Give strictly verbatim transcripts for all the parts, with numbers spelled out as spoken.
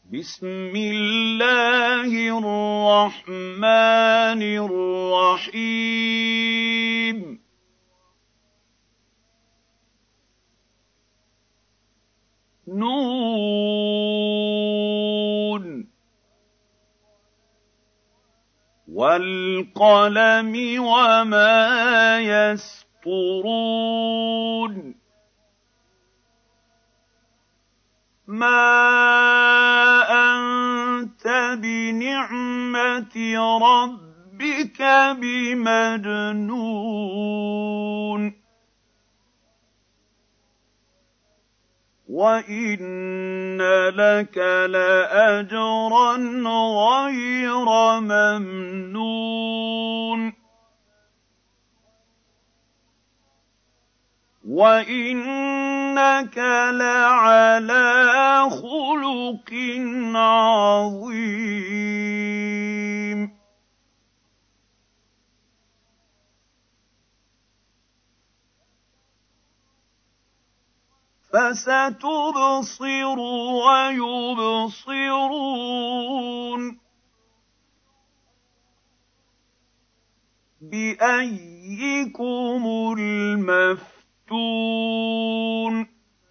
بسم الله الرحمن الرحيم نون والقلم وما يسطرون ما أنت بنعمة ربك بمجنون وإن لك لأجرا غير ممنون وإنك لعلى خلق عظيم فستبصر ويبصرون بأيكم المفتون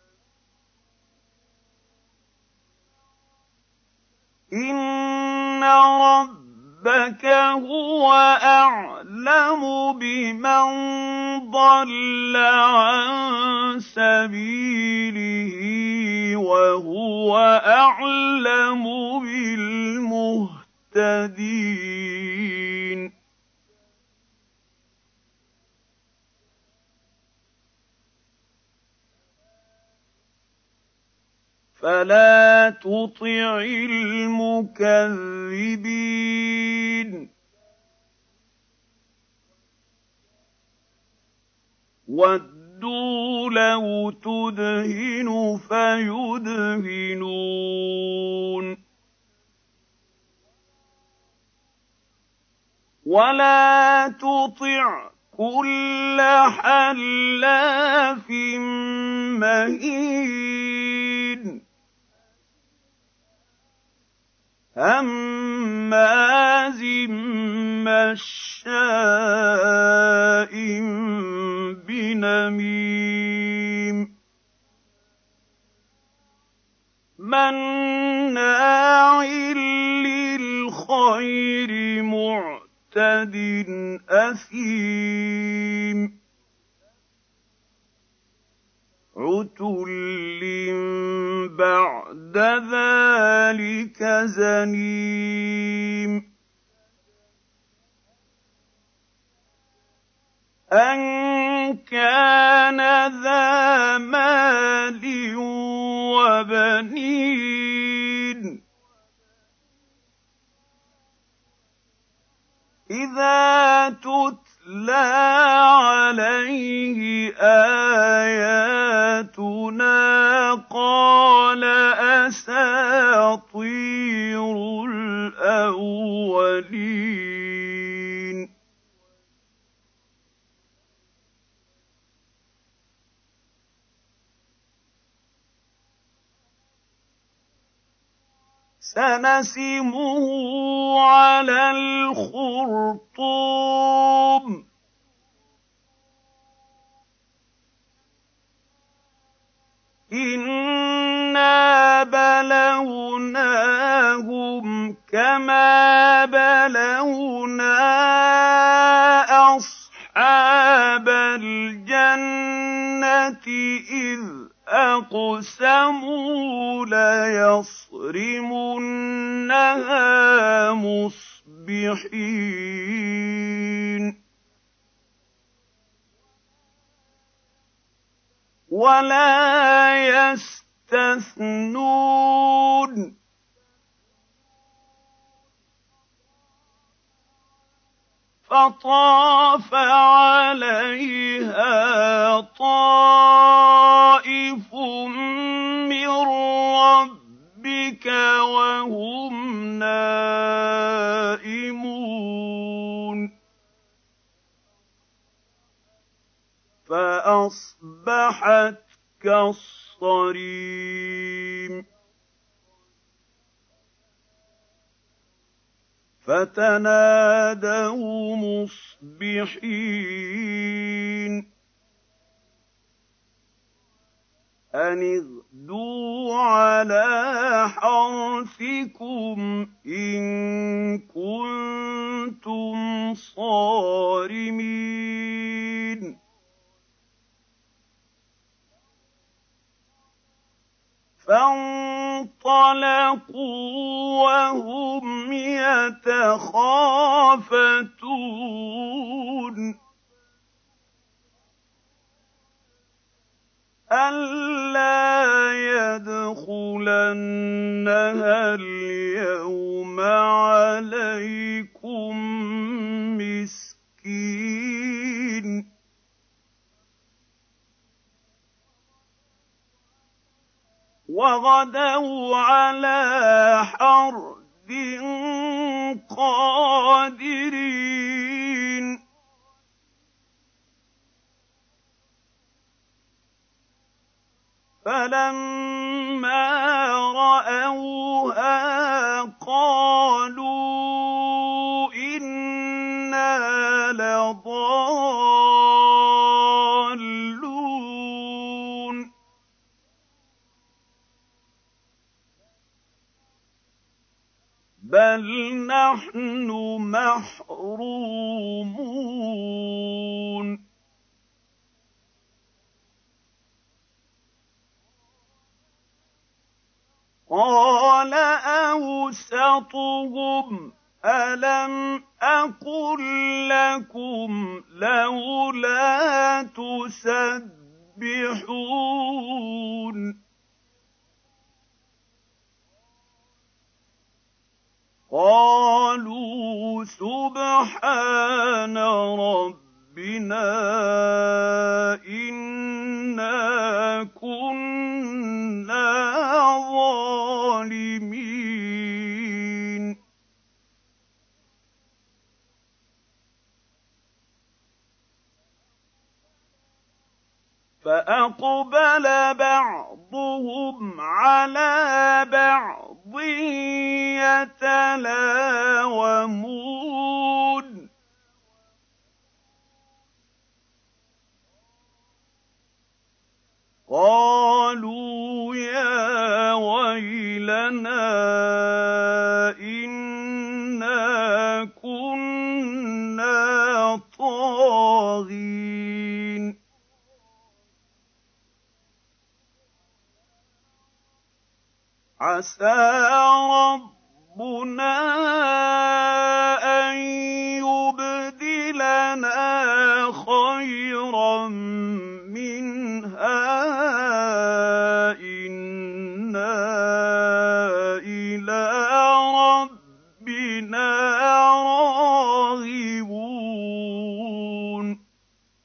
إن ربك هو أعلم بمن ضل عن سبيله وهو أعلم بالمهتدين فلا تطع المكذبين ودوا لو تدهن فيدهنون ولا تطع كل حلاف مهين هماز مشاء بنميم مناع للخير معتد أثيم عتل بعد ذلك زنيم أن كان ذا مال وبنين إذا تتلى عليه آياتنا قال أساطير الأولين سنسمه على الخرطوم إنا بلوناهم كما بلونا أصحاب الجنة إذ أقسموا ليصرمنها مصبحين ولا يستثنون فطاف عليها طائف من ربك وهم نائمون فأصبحت كالصريم فَتَنَادَوْا مُصْبِحِينَ أَنِ اغْدُوا عَلَىٰ حَرْثِكُمْ إِن كُنتُمْ صَارِمِينَ فَانطَلَقُوا وَهُمْ يَتَخَافَتُونَ أَلَّا يَدْخُلَنَّهَا الْيَوْمَ عَلَيْكُم مِّسْكِينٌ وَغَدَوْا عَلَىٰ حَرْدٍ قَادِرِينَ فَلَمَّا رَأَوْهَا قَالُوا إِنَّا لَضَالُّونَ بَلْ نَحْنُ مَحْرُومُونَ قَالَ أَوْسَطُهُمْ أَلَمْ أَقُل لَّكُمْ لَوْلَا تُسَبِّحُونَ قَالُوا سُبْحَانَ رَبِّنَا إِنَّا كُنَّا ظَالِمِينَ فَأَقْبَلَ بَعْضُهُمْ عَلَىٰ بَعْضٍ يَتَلَاوَمُونَ قَالُوا يَا وَيْلَنَا إِنَّا كُنَّا طَاغِينَ عَسَىٰ رَبُّنَا أَن يُبْدِلَنَا خَيْرًا مِّنْهَا إِنَّا إِلَىٰ رَبِّنَا رَاغِبُونَ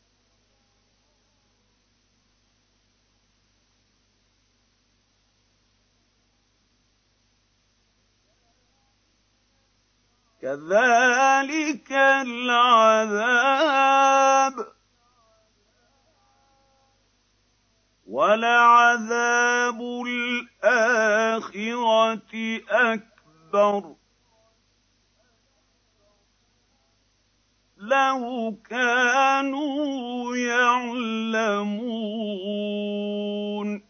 كَذَٰلِكَ الْعَذَابُ ۖ وَلَعَذَابُ الْآخِرَةِ أَكْبَرُ ۚ لَوْ كَانُوا يَعْلَمُونَ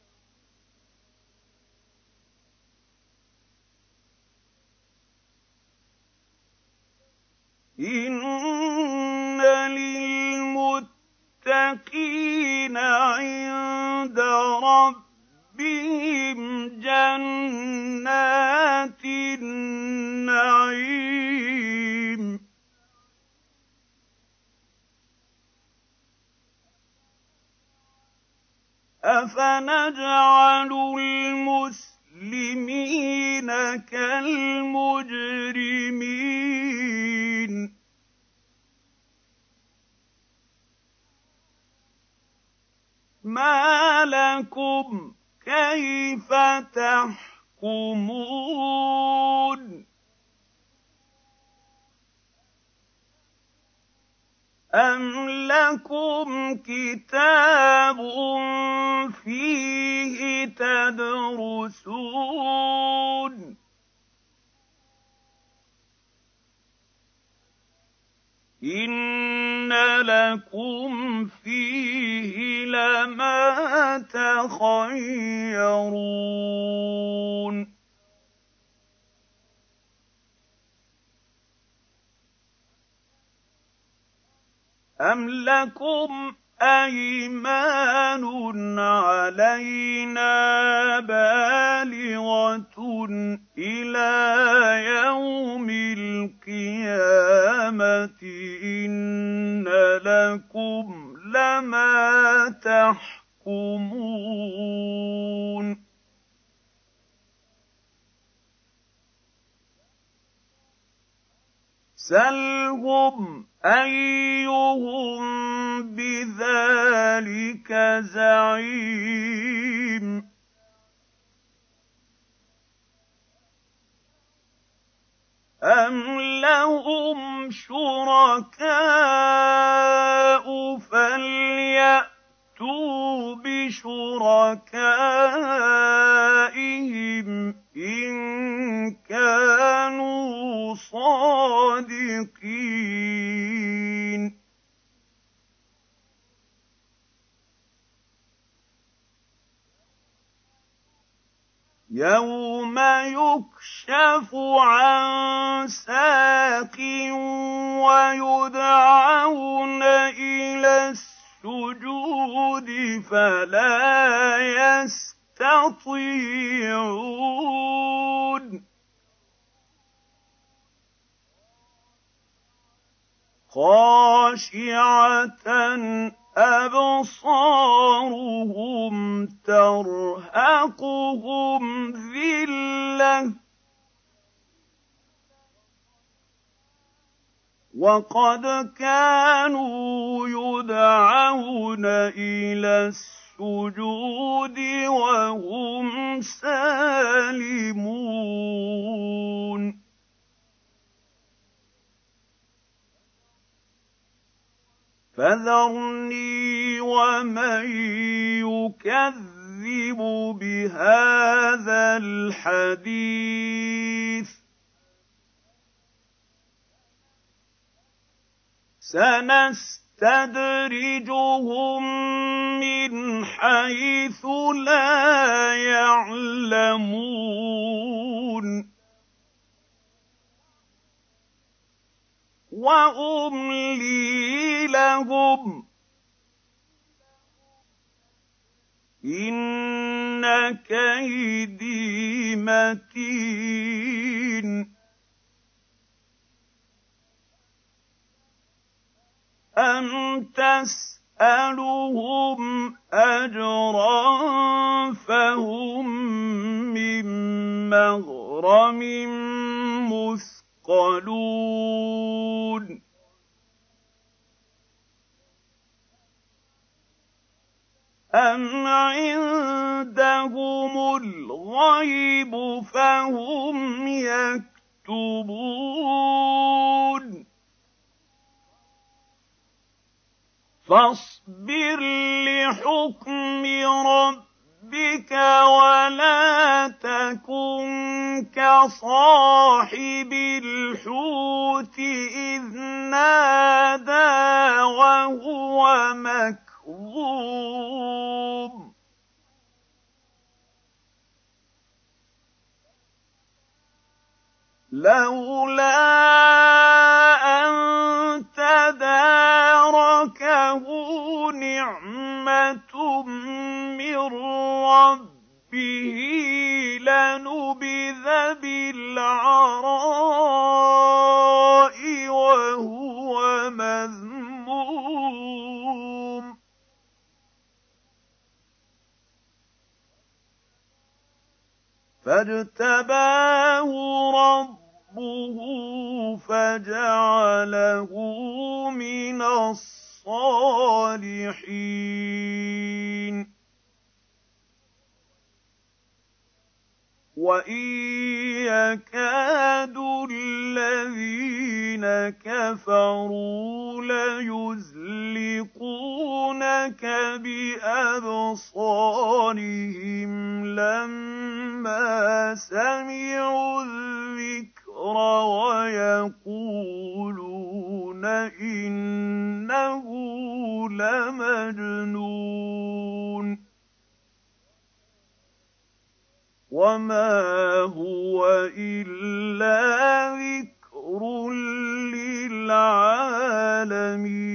إِنَّ لِلْمُتَّقِينَ عِندَ رَبِّهِمْ جَنَّاتِ النَّعِيمِ أَفَنَجْعَلُ الْمُسْلِمِينَ كَالْمُجْرِمِينَ مَا لَكُمْ كَيْفَ تَحْكُمُونَ أَمْ لَكُمْ كِتَابٌ فِيهِ تَدْرُسُونَ لَكُمْ فِيهِ لَمَا تَخَيَّرُونَ أَمْ لَكُمْ أَيْمَانٌ عَلَيْنَا بَالِغَةٌ إِلَىٰ يَوْمِ الْقِيَامَةِ إِنَّ لَكُمْ لَمَا تَحْكُمُونَ سَلْهُمْ أَيُّهُم بِذَٰلِكَ زَعِيمٌ أَمْ لَهُمْ شُرَكَاءُ فَلْيَأْتُوا بِشُرَكَائِهِمْ إِن كَانُوا صَادِقِينَ يَوْمَ يُكْشَفُ عَن سَاقٍ وَيُدْعَوْنَ إِلَى السُّجُودِ فَلَا يَسْتَطِيعُونَ خَاشِعَةً أَبْصَارُهُمْ تَرْهَقُهُمْ ذِلَّةٌ وَقَدْ كَانُوا يُدْعَوْنَ إِلَى السُّجُودِ وَهُمْ سَالِمُونَ فَذَرْنِي وَمَن يُكَذِّبُ بِهَٰذَا الْحَدِيثِ سَنَسْتَدْرِجُهُم مِّنْ حَيْثُ لَا يَعْلَمُونَ وَأُمْلِي لَهُمْ إِنَّ كَيْدِي مَتِينٌ أَمْ تَسْأَلُهُمْ أَجْرًا فَهُم مِّن مَّغْرَمٍ مُّثْقَلُونَ أَمْ عِندَهُمُ الْغَيْبُ فَهُمْ يَكْتُبُونَ فَاصْبِرْ لِحُكْمِ رَبِّكَ وَلَا تَكُن كَصَاحِبِ الْحُوتِ إِذْ نَادَىٰ وَهُوَ مَكْظُومٌ لَّوْلَا أَن تَدَارَكَهُ نِعْمَةٌ مِّن رَّبِّهِ لَنُبِذَ بِالْعَرَاءِ وَهُوَ مَذْمُومٌ فَاجْتَبَاهُ رَبُّهُ فَجَعَلَهُ مِنَ الصَّالِحِينَ وَإِن يَكَادُ الَّذِينَ كَفَرُوا لَيُزْلِقُونَكَ بِأَبْصَارِهِمْ لَمَّا سَمِعُوا الذِّكْرَ وَيَقُولُونَ إِنَّهُ لَمَجْنُونٌ وَمَا هُوَ إِلَّا ذِكْرٌ لِّلْعَالَمِينَ